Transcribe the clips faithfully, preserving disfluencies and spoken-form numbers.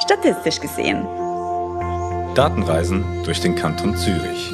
statistisch gesehen. Datenreisen durch den Kanton Zürich.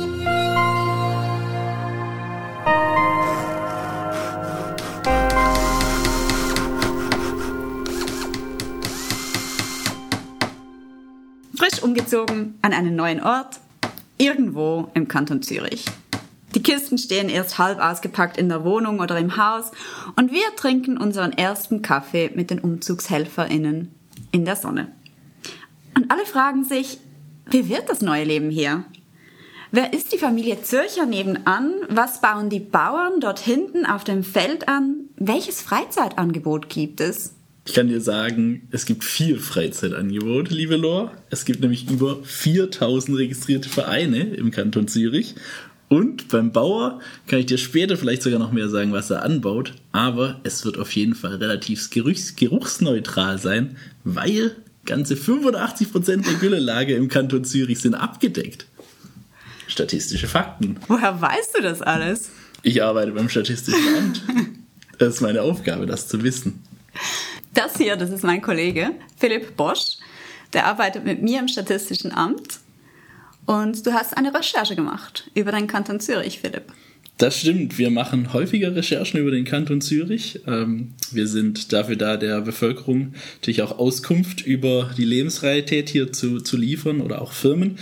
Frisch umgezogen an einen neuen Ort, irgendwo im Kanton Zürich. Die Kisten stehen erst halb ausgepackt in der Wohnung oder im Haus und wir trinken unseren ersten Kaffee mit den UmzugshelferInnen in der Sonne. Und alle fragen sich, wie wird das neue Leben hier? Wer ist die Familie Zürcher nebenan? Was bauen die Bauern dort hinten auf dem Feld an? Welches Freizeitangebot gibt es? Ich kann dir sagen, es gibt viel Freizeitangebot, liebe Lor. Es gibt nämlich über viertausend registrierte Vereine im Kanton Zürich. Und beim Bauer kann ich dir später vielleicht sogar noch mehr sagen, was er anbaut. Aber es wird auf jeden Fall relativ geruchs- geruchsneutral sein, weil ganze fünfundachtzig Prozent der Güllelage im Kanton Zürich sind abgedeckt. Statistische Fakten. Woher weißt du das alles? Ich arbeite beim Statistischen Amt. Das ist meine Aufgabe, das zu wissen. Das hier, das ist mein Kollege, Philipp Bosch. Der arbeitet mit mir im Statistischen Amt. Und du hast eine Recherche gemacht über den Kanton Zürich, Philipp. Das stimmt. Wir machen häufiger Recherchen über den Kanton Zürich. Wir sind dafür da, der Bevölkerung natürlich auch Auskunft über die Lebensrealität hier zu, zu liefern oder auch Firmen.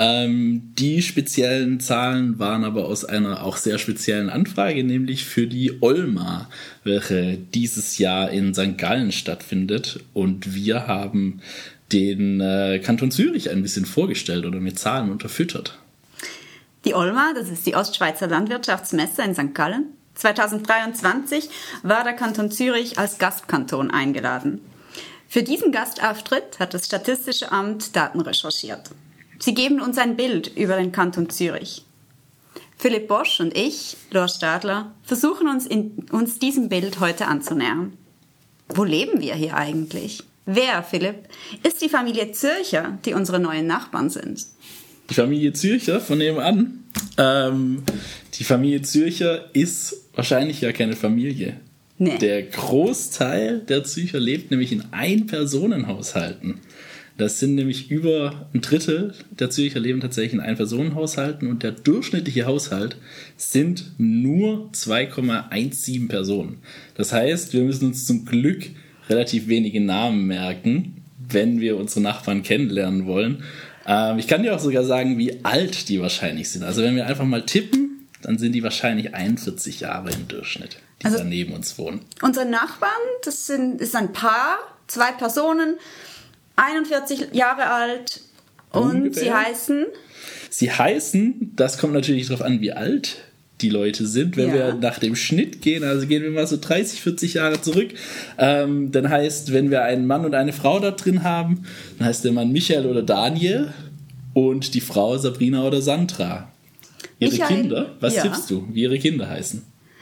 Die speziellen Zahlen waren aber aus einer auch sehr speziellen Anfrage, nämlich für die Olma, welche dieses Jahr in Sankt Gallen stattfindet. Und wir haben den äh, Kanton Zürich ein bisschen vorgestellt oder mit Zahlen unterfüttert. Die Olma, das ist die Ostschweizer Landwirtschaftsmesse in Sankt Gallen. zweitausenddreiundzwanzig war der Kanton Zürich als Gastkanton eingeladen. Für diesen Gastauftritt hat das Statistische Amt Daten recherchiert. Sie geben uns ein Bild über den Kanton Zürich. Philipp Bosch und ich, Lor Stadler, versuchen uns, in, uns diesem Bild heute anzunähern. Wo leben wir hier eigentlich? Wer, Philipp, ist die Familie Zürcher, die unsere neuen Nachbarn sind? Die Familie Zürcher von nebenan. Ähm, die Familie Zürcher ist wahrscheinlich ja keine Familie. Nee. Der Großteil der Zürcher lebt nämlich in Ein-Personen-Haushalten. Das sind nämlich über ein Drittel der Zürcher leben tatsächlich in Ein-Personen-Haushalten und der durchschnittliche Haushalt sind nur zwei Komma siebzehn Personen. Das heißt, wir müssen uns zum Glück relativ wenige Namen merken, wenn wir unsere Nachbarn kennenlernen wollen. Ähm, ich kann dir auch sogar sagen, wie alt die wahrscheinlich sind. Also wenn wir einfach mal tippen, dann sind die wahrscheinlich einundvierzig Jahre im Durchschnitt, die also da neben uns wohnen. Unsere Nachbarn, das sind, ist ein Paar, zwei Personen, einundvierzig Jahre alt und Ungefähr. sie heißen? Sie heißen, das kommt natürlich darauf an, wie alt die Leute sind. Wenn ja. wir nach dem Schnitt gehen, also gehen wir mal so dreißig, vierzig Jahre zurück, ähm, dann heißt, wenn wir einen Mann und eine Frau da drin haben, dann heißt der Mann Michael oder Daniel und die Frau Sabrina oder Sandra. Ihre Michael, Kinder, was ja. tippst du, wie ihre Kinder heißen?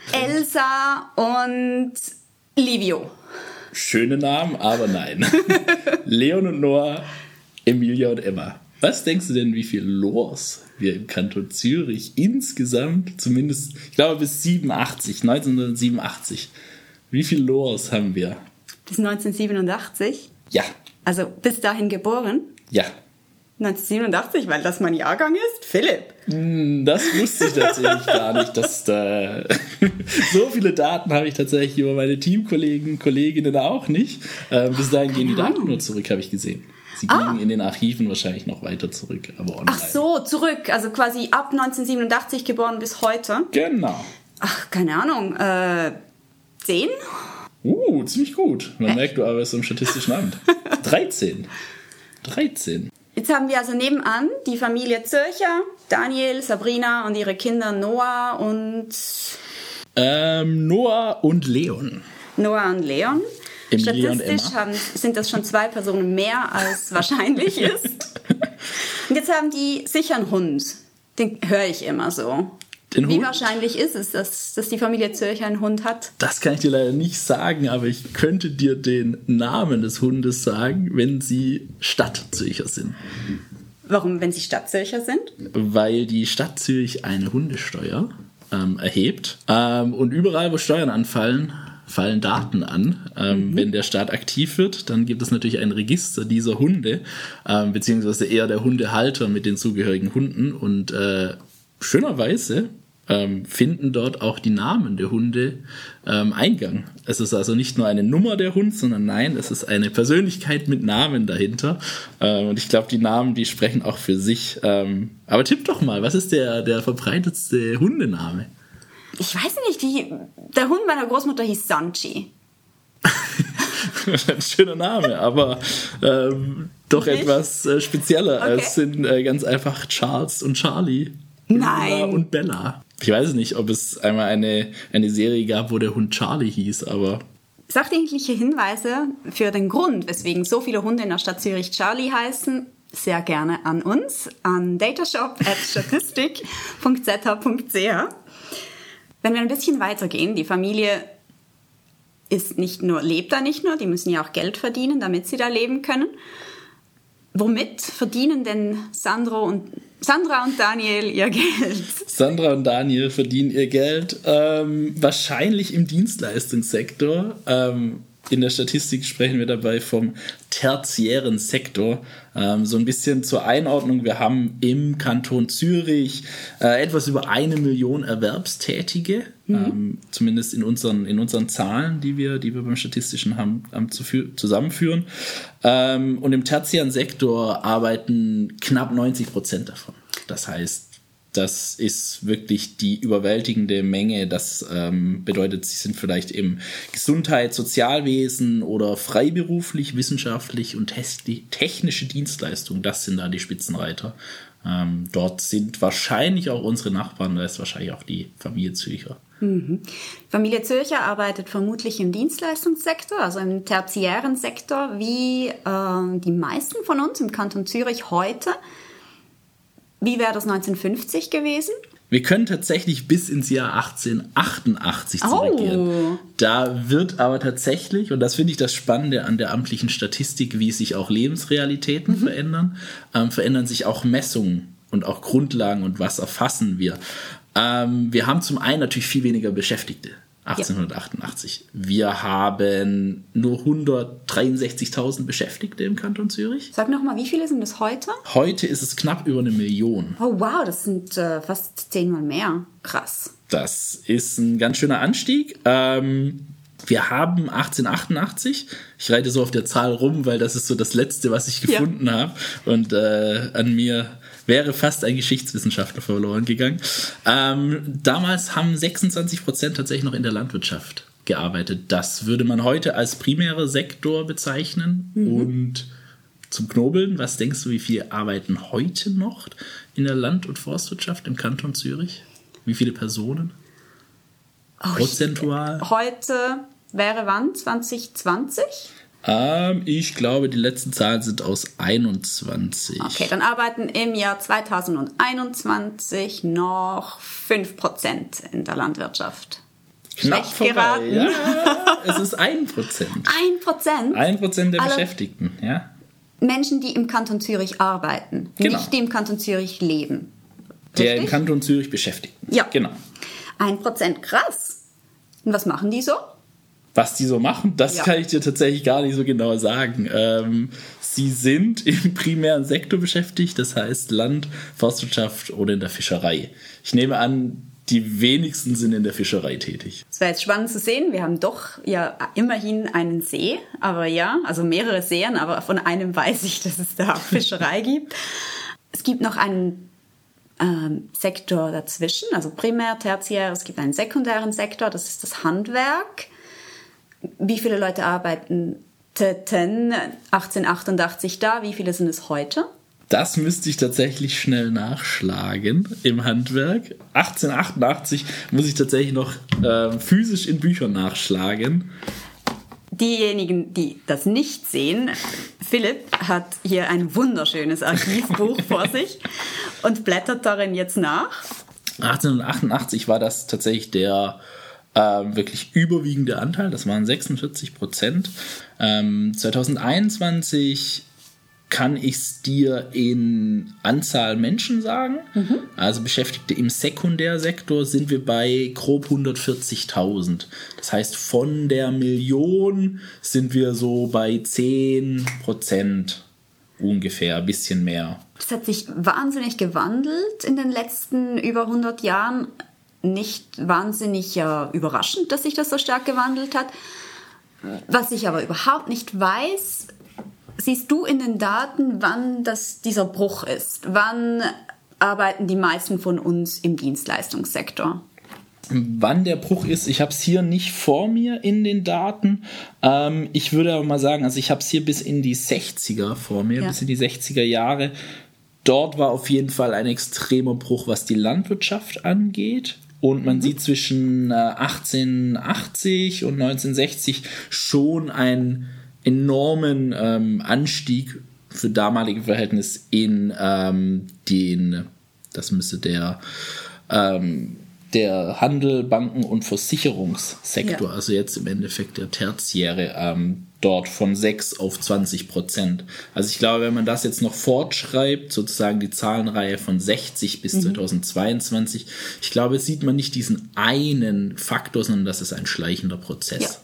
Elsa und Livio. Schöne Namen, aber nein. Leon und Noah, Emilia und Emma. Was denkst du denn, wie viel Lors wir im Kanton Zürich insgesamt, zumindest, ich glaube bis siebenundachtzig, neunzehnhundertsiebenundachtzig, wie viel Lors haben wir? Bis neunzehnhundertsiebenundachtzig? Ja. Also bis dahin geboren? Ja. neunzehnhundertsiebenundachtzig, weil das mein Jahrgang ist? Philipp? Das wusste ich tatsächlich gar nicht. Dass da so viele Daten habe ich tatsächlich über meine Teamkollegen, Kolleginnen auch nicht. Äh, bis dahin gehen die Daten nur zurück, habe ich gesehen. Sie ah. gehen in den Archiven wahrscheinlich noch weiter zurück, aber online. Ach so, zurück. Also quasi ab neunzehnhundertsiebenundachtzig geboren bis heute. Genau. Ach, keine Ahnung. Äh, zehn? Uh, ziemlich gut. Man Echt? merkt, du arbeitest im Statistischen Amt. dreizehn. dreizehn. Jetzt haben wir also nebenan die Familie Zürcher, Daniel, Sabrina und ihre Kinder Noah und... Ähm, Noah und Leon. Noah und Leon. Emilia Statistisch haben, sind das schon zwei Personen mehr, als wahrscheinlich ist. Und jetzt haben die sicher einen Hund. Den höre ich immer so. Den Wie Hund? wahrscheinlich ist es, dass, dass die Familie Zürcher einen Hund hat? Das kann ich dir leider nicht sagen, aber ich könnte dir den Namen des Hundes sagen, wenn sie Stadtzürcher sind. Warum, wenn sie Stadtzürcher sind? Weil die Stadt Zürich eine Hundesteuer ähm, erhebt. Ähm, und überall, wo Steuern anfallen, fallen Daten an. Ähm, mhm. Wenn der Staat aktiv wird, dann gibt es natürlich ein Register dieser Hunde, ähm, beziehungsweise eher der Hundehalter mit den zugehörigen Hunden. Und äh, schönerweise ähm, finden dort auch die Namen der Hunde ähm, Eingang. Es ist also nicht nur eine Nummer der Hund, sondern nein, es ist eine Persönlichkeit mit Namen dahinter. Ähm, und ich glaube, die Namen, die sprechen auch für sich. Ähm, aber tipp doch mal, was ist der, der verbreitetste Hundename? Ich weiß nicht, die, der Hund meiner Großmutter hieß Sanchi. Ein schöner Name, aber ähm, doch nicht? etwas äh, spezieller. Okay. Es sind äh, ganz einfach Charles und Charlie. Nein. Luna und Bella. Ich weiß nicht, ob es einmal eine, eine Serie gab, wo der Hund Charlie hieß, aber... Sachdienstliche Hinweise für den Grund, weswegen so viele Hunde in der Stadt Zürich Charlie heißen, sehr gerne an uns, an datashop at statistik punkt z h punkt c h. Wenn wir ein bisschen weitergehen, die Familie ist nicht nur, lebt da nicht nur, die müssen ja auch Geld verdienen, damit sie da leben können. Womit verdienen denn Sandro und, Sandra und Daniel ihr Geld? Sandra und Daniel verdienen ihr Geld ähm, wahrscheinlich im Dienstleistungssektor. Ähm, in der Statistik sprechen wir dabei vom tertiären Sektor. Ähm, so ein bisschen zur Einordnung. Wir haben im Kanton Zürich äh, etwas über eine Million Erwerbstätige. Mhm. Ähm, zumindest in unseren, in unseren Zahlen, die wir, die wir beim Statistischen haben, haben zu für, zusammenführen. Ähm, und im tertiären Sektor arbeiten knapp neunzig Prozent davon. Das heißt, das ist wirklich die überwältigende Menge. Das ähm, bedeutet, sie sind vielleicht im Gesundheits-, Sozialwesen oder freiberuflich, wissenschaftlich und technische Dienstleistungen. Das sind da die Spitzenreiter. Ähm, dort sind wahrscheinlich auch unsere Nachbarn, da ist wahrscheinlich auch die Familie Zürcher. Mhm. Familie Zürcher arbeitet vermutlich im Dienstleistungssektor, also im tertiären Sektor, wie äh, die meisten von uns im Kanton Zürich heute. Wie wäre das neunzehnhundertfünfzig gewesen? Wir können tatsächlich bis ins Jahr achtzehnhundertachtundachtzig zurückgehen. Oh. Da wird aber tatsächlich, und das finde ich das Spannende an der amtlichen Statistik, wie sich auch Lebensrealitäten mhm. verändern, ähm, verändern sich auch Messungen und auch Grundlagen und was erfassen wir. Ähm, wir haben zum einen natürlich viel weniger Beschäftigte. achtzehnhundertachtundachtzig. Ja. Wir haben nur hundertdreiundsechzigtausend Beschäftigte im Kanton Zürich. Sag nochmal, wie viele sind das heute? Heute ist es knapp über eine Million. Oh wow, das sind äh, fast zehnmal mehr. Krass. Das ist ein ganz schöner Anstieg. Ähm, wir haben achtzehnhundertachtundachtzig, ich reite so auf der Zahl rum, weil das ist so das Letzte, was ich gefunden ja. habe. Und äh, an mir wäre fast ein Geschichtswissenschaftler verloren gegangen. Ähm, damals haben sechsundzwanzig Prozent tatsächlich noch in der Landwirtschaft gearbeitet. Das würde man heute als primärer Sektor bezeichnen. Mhm. Und zum Knobeln, was denkst du, wie viele arbeiten heute noch in der Land- und Forstwirtschaft im Kanton Zürich? Wie viele Personen? Oh, prozentual? Ich, heute wäre wann? zwanzig zwanzig? Ähm, ich glaube, die letzten Zahlen sind aus einundzwanzig. Okay, dann arbeiten im Jahr zweitausendeinundzwanzig noch fünf Prozent in der Landwirtschaft. Knapp Schlecht vorbei. geraten. Ja, es ist ein Prozent. Ein Prozent? Ein Prozent der Alle Beschäftigten, ja. Menschen, die im Kanton Zürich arbeiten, genau. nicht die im Kanton Zürich leben. Der Richtig? im Kanton Zürich Beschäftigten. Ja. Genau. Ein Prozent, krass. Und was machen die so? Was die so machen, das ja. kann ich dir tatsächlich gar nicht so genau sagen. Ähm, sie sind im primären Sektor beschäftigt, das heißt Land, Forstwirtschaft oder in der Fischerei. Ich nehme an, die wenigsten sind in der Fischerei tätig. Es wäre jetzt spannend zu sehen. Wir haben doch ja immerhin einen See, aber ja, also mehrere Seen, aber von einem weiß ich, dass es da auch Fischerei gibt. Es gibt noch einen ähm, Sektor dazwischen, also primär, tertiär. Es gibt einen sekundären Sektor, das ist das Handwerk. Wie viele Leute arbeiten achtzehnhundertachtundachtzig da? Wie viele sind es heute? Das müsste ich tatsächlich schnell nachschlagen im Handwerk. achtzehnhundertachtundachtzig muss ich tatsächlich noch äh, physisch in Büchern nachschlagen. Diejenigen, die das nicht sehen, Philipp hat hier ein wunderschönes Archivbuch vor sich und blättert darin jetzt nach. achtzehnhundertachtundachtzig war das tatsächlich der Ähm, wirklich überwiegende Anteil, das waren sechsundvierzig Prozent. Ähm, zweitausendeinundzwanzig kann ich es dir in Anzahl Menschen sagen. Mhm. Also Beschäftigte im Sekundärsektor sind wir bei grob hundertvierzigtausend. Das heißt, von der Million sind wir so bei zehn Prozent ungefähr, ein bisschen mehr. Das hat sich wahnsinnig gewandelt in den letzten über hundert Jahren. Nicht wahnsinnig äh, überraschend, dass sich das so stark gewandelt hat. Was ich aber überhaupt nicht weiß, siehst du in den Daten, wann das dieser Bruch ist? Wann arbeiten die meisten von uns im Dienstleistungssektor? Wann der Bruch ist, ich habe es hier nicht vor mir in den Daten. Ähm, ich würde aber mal sagen, also ich habe es hier bis in die sechziger vor mir, ja. bis in die sechziger Jahre. Dort war auf jeden Fall ein extremer Bruch, was die Landwirtschaft angeht. Und man mhm. sieht zwischen äh, achtzehnhundertachtzig und neunzehnhundertsechzig schon einen enormen ähm, Anstieg für damalige Verhältnisse in ähm, den, das müsste der ähm, der Handel, Banken und Versicherungssektor, ja. also jetzt im Endeffekt der Tertiäre, ähm, dort von sechs auf zwanzig Prozent. Also ich glaube, wenn man das jetzt noch fortschreibt, sozusagen die Zahlenreihe von sechzig bis mhm. zweitausendzweiundzwanzig, ich glaube, sieht man nicht diesen einen Faktor, sondern das ist ein schleichender Prozess. Ja.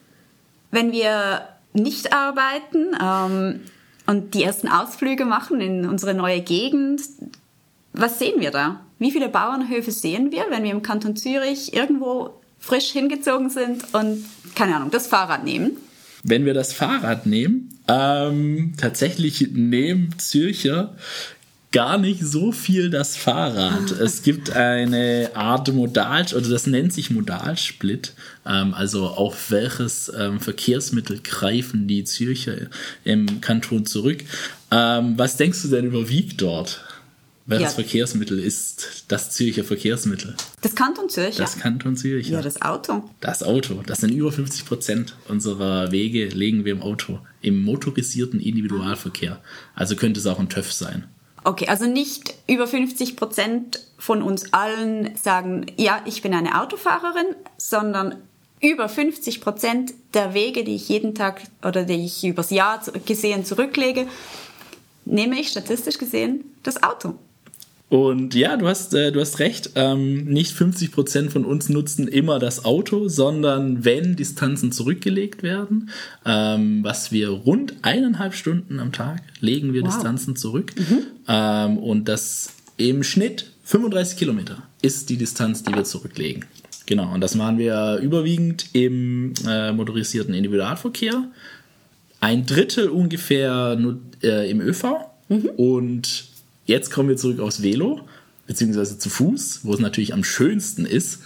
Wenn wir nicht arbeiten ähm, und die ersten Ausflüge machen in unsere neue Gegend, was sehen wir da? Wie viele Bauernhöfe sehen wir, wenn wir im Kanton Zürich irgendwo frisch hingezogen sind und, keine Ahnung, das Fahrrad nehmen? Wenn wir das Fahrrad nehmen, ähm, tatsächlich nehmen Zürcher gar nicht so viel das Fahrrad. Es gibt eine Art Modal, oder das nennt sich Modalsplit, ähm, also auf welches ähm, Verkehrsmittel greifen die Zürcher im Kanton zurück. Ähm, was denkst du denn überwiegt dort? Welches ja. Verkehrsmittel ist das Zürcher Verkehrsmittel? Das Kanton Zürich. Das Kanton Zürich. Ja, das Auto. Das Auto. Das sind über fünfzig Prozent unserer Wege legen wir im Auto. Im motorisierten Individualverkehr. Also könnte es auch ein TÜV sein. Okay, also nicht über fünfzig Prozent von uns allen sagen, ja, ich bin eine Autofahrerin, sondern über fünfzig Prozent der Wege, die ich jeden Tag oder die ich übers Jahr gesehen zurücklege, nehme ich statistisch gesehen das Auto. Und ja, du hast, äh, du hast recht, ähm, nicht fünfzig Prozent von uns nutzen immer das Auto, sondern wenn Distanzen zurückgelegt werden, ähm, was wir rund eineinhalb Stunden am Tag legen wir wow. Distanzen zurück. Mhm. Ähm, und das im Schnitt fünfunddreißig Kilometer ist die Distanz, die wir zurücklegen. Genau, und das machen wir überwiegend im äh, motorisierten Individualverkehr. Ein Drittel ungefähr nur, äh, im ÖV mhm. und jetzt kommen wir zurück aufs Velo, beziehungsweise zu Fuß, wo es natürlich am schönsten ist.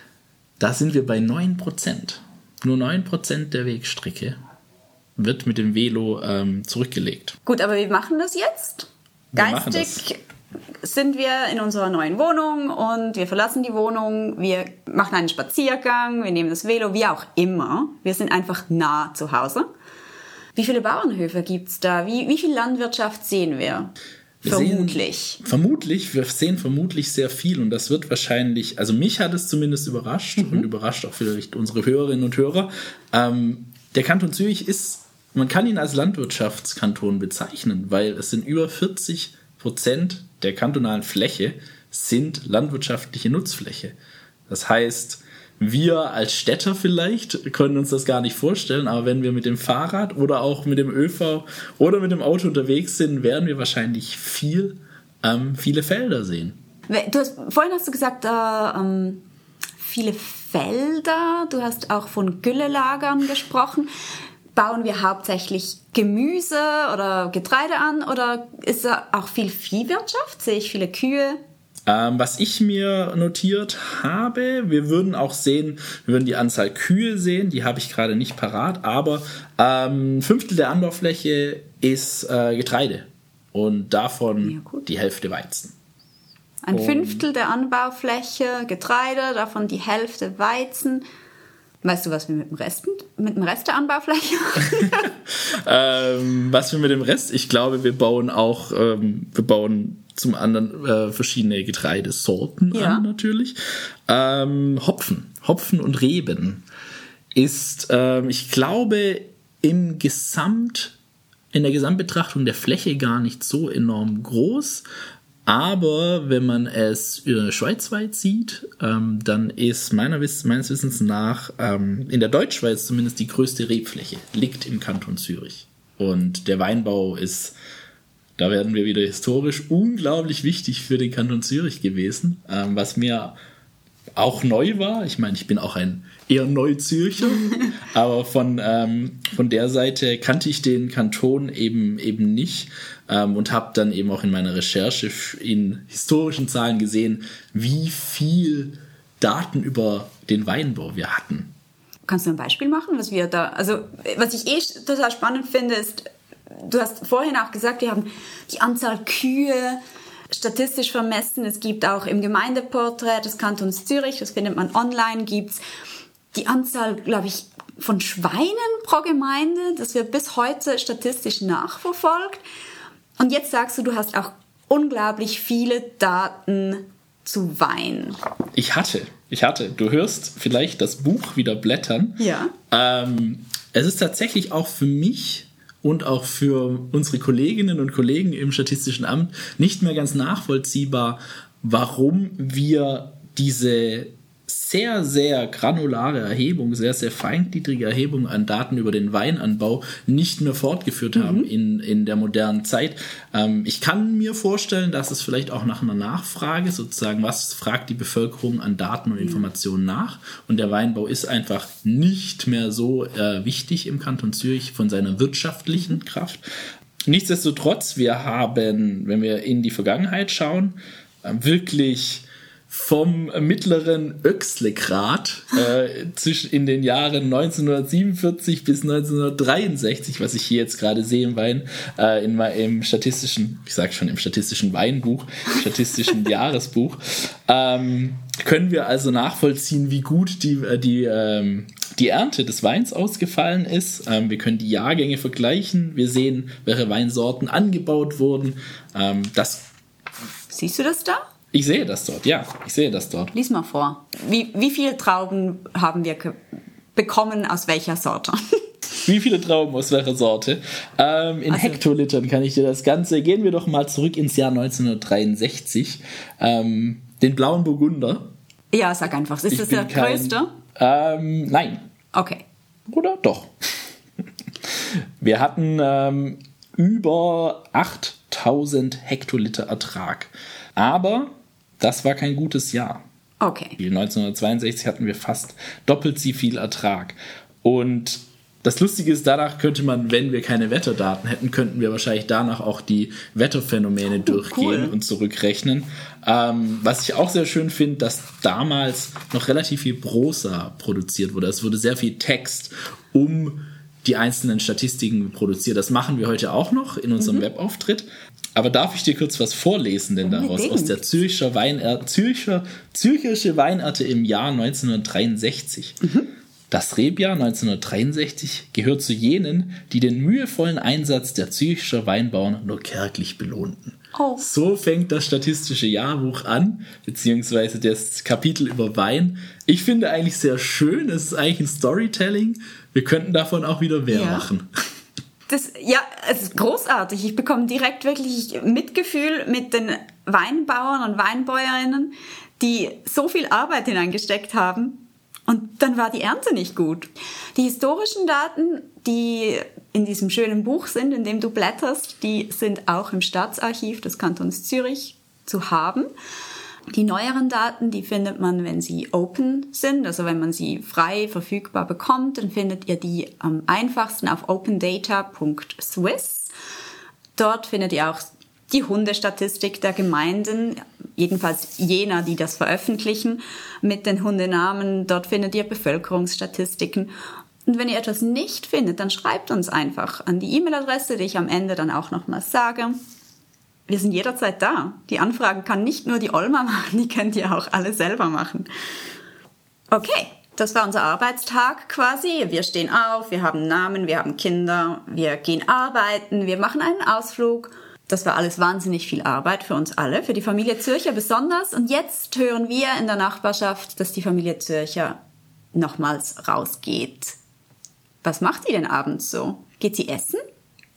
Da sind wir bei neun Prozent. Nur neun Prozent der Wegstrecke wird mit dem Velo ähm, zurückgelegt. Gut, aber wie machen das jetzt? Wir Geistig das. sind wir in unserer neuen Wohnung und wir verlassen die Wohnung, wir machen einen Spaziergang, wir nehmen das Velo, wie auch immer. Wir sind einfach nah zu Hause. Wie viele Bauernhöfe gibt es da? Wie, wie viel Landwirtschaft sehen wir? Wir vermutlich. Sehen, vermutlich, wir sehen vermutlich sehr viel und das wird wahrscheinlich, also mich hat es zumindest überrascht mhm. und überrascht auch vielleicht unsere Hörerinnen und Hörer. Ähm, der Kanton Zürich ist, man kann ihn als Landwirtschaftskanton bezeichnen, weil es sind über vierzig Prozent der kantonalen Fläche sind landwirtschaftliche Nutzfläche. Das heißt, wir als Städter vielleicht können uns das gar nicht vorstellen, aber wenn wir mit dem Fahrrad oder auch mit dem ÖV oder mit dem Auto unterwegs sind, werden wir wahrscheinlich viel, ähm, viele Felder sehen. Du hast, vorhin hast du gesagt, äh, ähm, viele Felder, du hast auch von Güllelagern gesprochen. Bauen wir hauptsächlich Gemüse oder Getreide an oder ist da auch viel Viehwirtschaft? Sehe ich viele Kühe? Ähm, was ich mir notiert habe, wir würden auch sehen, wir würden die Anzahl Kühe sehen, die habe ich gerade nicht parat, aber ähm, ein Fünftel der Anbaufläche ist äh, Getreide und davon ja, die Hälfte Weizen. Ein und Fünftel der Anbaufläche Getreide, davon die Hälfte Weizen. Weißt du, was wir mit dem Rest, mit dem Rest der Anbaufläche machen? ähm, was wir mit dem Rest? Ich glaube, wir bauen auch, ähm, wir bauen zum anderen äh, verschiedene Getreidesorten ja. an, natürlich. Ähm, Hopfen, Hopfen und Reben ist, ähm, ich glaube, im Gesamt in der Gesamtbetrachtung der Fläche gar nicht so enorm groß. Aber wenn man es äh, schweizweit sieht, ähm, dann ist meiner Wiss- meines Wissens nach ähm, in der Deutschschweiz zumindest die größte Rebfläche, liegt im Kanton Zürich. Und der Weinbau ist, da werden wir wieder historisch, unglaublich wichtig für den Kanton Zürich gewesen, ähm, was mir auch neu war. Ich meine, ich bin auch ein eher Neuzürcher, aber von, ähm, von der Seite kannte ich den Kanton eben, eben nicht ähm, und habe dann eben auch in meiner Recherche in historischen Zahlen gesehen, wie viel Daten über den Weinbau wir hatten. Kannst du ein Beispiel machen, was wir da, also was ich eh total spannend finde, ist, du hast vorhin auch gesagt, wir haben die Anzahl Kühe statistisch vermessen. Es gibt auch im Gemeindeporträt des Kantons Zürich, das findet man online, gibt's die Anzahl, glaube ich, von Schweinen pro Gemeinde. Das wird bis heute statistisch nachverfolgt. Und jetzt sagst du, du hast auch unglaublich viele Daten zu Wein. Ich hatte, ich hatte. Du hörst vielleicht das Buch wieder blättern. Ja. Ähm, es ist tatsächlich auch für mich und auch für unsere Kolleginnen und Kollegen im Statistischen Amt nicht mehr ganz nachvollziehbar, warum wir diese sehr, sehr granulare Erhebung, sehr, sehr feingliedrige Erhebung an Daten über den Weinanbau nicht mehr fortgeführt mhm. haben in, in der modernen Zeit. Ähm, ich kann mir vorstellen, dass es vielleicht auch nach einer Nachfrage, sozusagen, was fragt die Bevölkerung an Daten und Informationen nach? Und der Weinbau ist einfach nicht mehr so äh, wichtig im Kanton Zürich von seiner wirtschaftlichen Kraft. Nichtsdestotrotz, wir haben, wenn wir in die Vergangenheit schauen, äh, wirklich vom mittleren Oechsle-Grat äh, zwischen in den Jahren neunzehnhundertsiebenundvierzig bis neunzehnhundertdreiundsechzig, was ich hier jetzt gerade sehe im Wein, äh, in, im statistischen, ich sag schon, im statistischen Weinbuch, statistischen Jahresbuch, ähm, können wir also nachvollziehen, wie gut die, die, ähm, die Ernte des Weins ausgefallen ist. Ähm, wir können die Jahrgänge vergleichen, wir sehen, welche Weinsorten angebaut wurden. Ähm, das Siehst du das da? Ich sehe das dort, ja, ich sehe das dort. Lies mal vor. Wie, wie viele Trauben haben wir ge- bekommen, aus welcher Sorte? Wie viele Trauben aus welcher Sorte? Ähm, in also, Hektolitern kann ich dir das Ganze, gehen wir doch mal zurück ins Jahr neunzehnhundertdreiundsechzig. Ähm, den blauen Burgunder. Ja, sag einfach, ist ich das der kein, größte? Ähm, nein. Okay. Oder doch? Wir hatten ähm, über achttausend Hektoliter Ertrag. Aber das war kein gutes Jahr. Okay. neunzehnhundertzweiundsechzig hatten wir fast doppelt so viel Ertrag. Und das Lustige ist, danach könnte man, wenn wir keine Wetterdaten hätten, könnten wir wahrscheinlich danach auch die Wetterphänomene oh, durchgehen cool. und zurückrechnen. Ähm, was ich auch sehr schön finde, dass damals noch relativ viel Prosa produziert wurde. Es wurde sehr viel Text um die einzelnen Statistiken produziert. Das machen wir heute auch noch in unserem mhm. Webauftritt. Aber darf ich dir kurz was vorlesen denn daraus? Aus der Zürcher Weiner- Zürcher, Zürcherische Weinernte im Jahr neunzehnhundertdreiundsechzig. Mhm. Das Rebjahr neunzehnhundertdreiundsechzig gehört zu jenen, die den mühevollen Einsatz der Zürcher Weinbauern nur kärglich belohnten. Oh. So fängt das statistische Jahrbuch an, beziehungsweise das Kapitel über Wein. Ich finde eigentlich sehr schön, es ist eigentlich ein Storytelling. Wir könnten davon auch wieder mehr ja. machen. Das, ja, es ist großartig. Ich bekomme direkt wirklich Mitgefühl mit den Weinbauern und Weinbäuerinnen, die so viel Arbeit hineingesteckt haben. Und dann war die Ernte nicht gut. Die historischen Daten, die in diesem schönen Buch sind, in dem du blätterst, die sind auch im Staatsarchiv des Kantons Zürich zu haben. Die neueren Daten, die findet man, wenn sie open sind, also wenn man sie frei verfügbar bekommt, dann findet ihr die am einfachsten auf opendata punkt swiss. Dort findet ihr auch die Hundestatistik der Gemeinden, jedenfalls jener, die das veröffentlichen, mit den Hundenamen. Dort findet ihr Bevölkerungsstatistiken. Und wenn ihr etwas nicht findet, dann schreibt uns einfach an die E-Mail-Adresse, die ich am Ende dann auch nochmal sage. Wir sind jederzeit da. Die Anfragen kann nicht nur die Olma machen, die könnt ihr auch alle selber machen. Okay, das war unser Arbeitstag quasi. Wir stehen auf, wir haben Namen, wir haben Kinder, wir gehen arbeiten, wir machen einen Ausflug. Das war alles wahnsinnig viel Arbeit für uns alle, für die Familie Zürcher besonders. Und jetzt hören wir in der Nachbarschaft, dass die Familie Zürcher nochmals rausgeht. Was macht die denn abends so? Geht sie essen?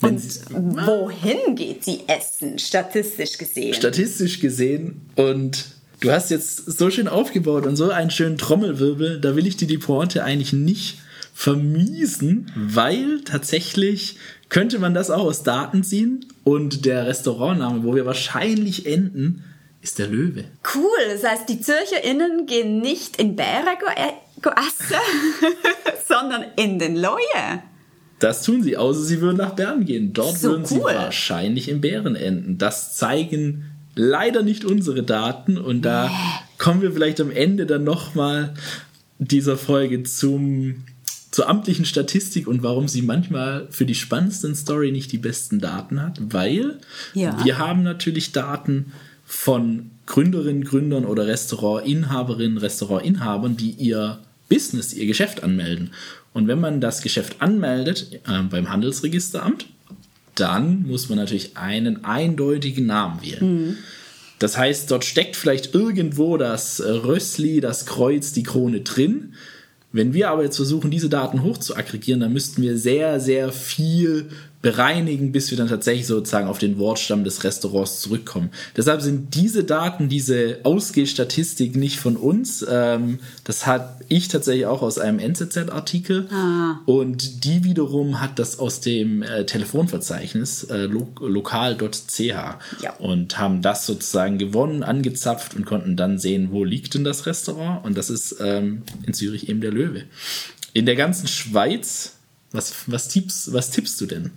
Und wohin geht sie essen, statistisch gesehen? Statistisch gesehen. Und du hast jetzt so schön aufgebaut und so einen schönen Trommelwirbel, da will ich dir die Pointe eigentlich nicht vermiesen, weil tatsächlich könnte man das auch aus Daten ziehen. Und der Restaurantname, wo wir wahrscheinlich enden, ist der Löwe. Cool, das heißt, die ZürcherInnen gehen nicht in Bären go, äh, go essen, sondern in den Leue. Das tun sie, außer sie würden nach Bern gehen. Dort so würden cool. sie wahrscheinlich in Bären enden. Das zeigen leider nicht unsere Daten. Und da nee. kommen wir vielleicht am Ende dann nochmal dieser Folge zum, zur amtlichen Statistik und warum sie manchmal für die spannendsten Story nicht die besten Daten hat. Weil ja. wir haben natürlich Daten von Gründerinnen, Gründern oder Restaurantinhaberinnen, Restaurantinhabern, die ihr Business, ihr Geschäft anmelden. Und wenn man das Geschäft anmeldet äh, beim Handelsregisteramt, dann muss man natürlich einen eindeutigen Namen wählen. Mhm. Das heißt, dort steckt vielleicht irgendwo das Rössli, das Kreuz, die Krone drin. Wenn wir aber jetzt versuchen, diese Daten hochzuaggregieren, dann müssten wir sehr, sehr viel bereinigen, bis wir dann tatsächlich sozusagen auf den Wortstamm des Restaurants zurückkommen. Deshalb sind diese Daten, diese Ausgehstatistik nicht von uns. Ähm, das habe ich tatsächlich auch aus einem N Z Z-Artikel. Ah. Und die wiederum hat das aus dem äh, Telefonverzeichnis äh, lo- lokal punkt c h ja. und haben das sozusagen gewonnen, angezapft und konnten dann sehen, wo liegt denn das Restaurant. Und das ist ähm, in Zürich eben der Löwe. In der ganzen Schweiz, was, was, tippst, was tippst du denn?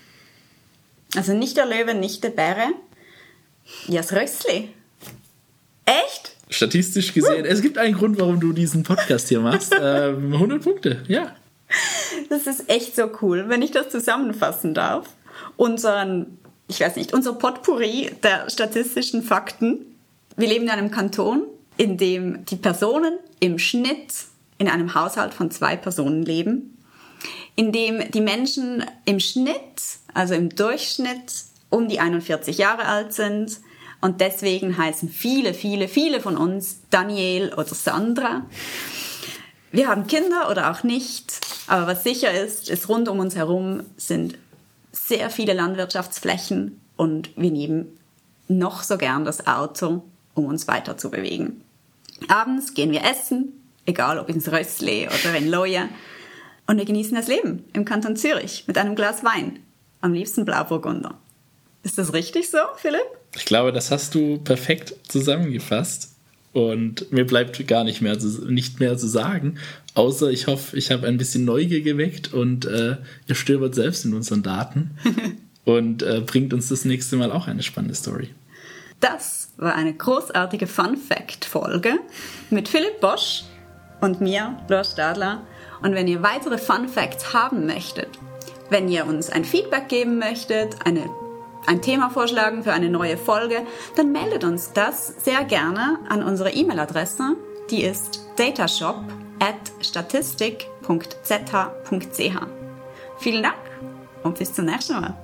Also nicht der Löwe, nicht der Bäre. Ja, das Rössli. Echt? Statistisch gesehen. Uh. Es gibt einen Grund, warum du diesen Podcast hier machst. ähm, hundert Punkte, ja. Das ist echt so cool, wenn ich das zusammenfassen darf. Unseren, ich weiß nicht, unser Potpourri der statistischen Fakten. Wir leben in einem Kanton, in dem die Personen im Schnitt in einem Haushalt von zwei Personen leben, in dem die Menschen im Schnitt, also im Durchschnitt, um die einundvierzig Jahre alt sind. Und deswegen heißen viele, viele, viele von uns Daniel oder Sandra. Wir haben Kinder oder auch nicht. Aber was sicher ist, ist, rund um uns herum sind sehr viele Landwirtschaftsflächen. Und wir nehmen noch so gern das Auto, um uns weiter zu bewegen. Abends gehen wir essen, egal ob ins Rössli oder in Leue. Und wir genießen das Leben im Kanton Zürich mit einem Glas Wein. Am liebsten Blauburgunder. Ist das richtig so, Philipp? Ich glaube, das hast du perfekt zusammengefasst. Und mir bleibt gar nicht mehr zu, nicht mehr zu sagen. Außer ich hoffe, ich habe ein bisschen Neugier geweckt und äh, ihr stöbert selbst in unseren Daten. und äh, bringt uns das nächste Mal auch eine spannende Story. Das war eine großartige Fun-Fact-Folge mit Philipp Bosch und mir, Laura Stadler. Und wenn ihr weitere Fun-Facts haben möchtet, wenn ihr uns ein Feedback geben möchtet, eine, ein Thema vorschlagen für eine neue Folge, dann meldet uns das sehr gerne an unsere E-Mail-Adresse. Die ist datashop at statistik punkt z h punkt c h. Vielen Dank und bis zum nächsten Mal.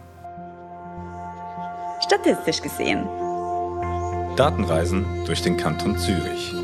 Statistisch gesehen. Datenreisen durch den Kanton Zürich.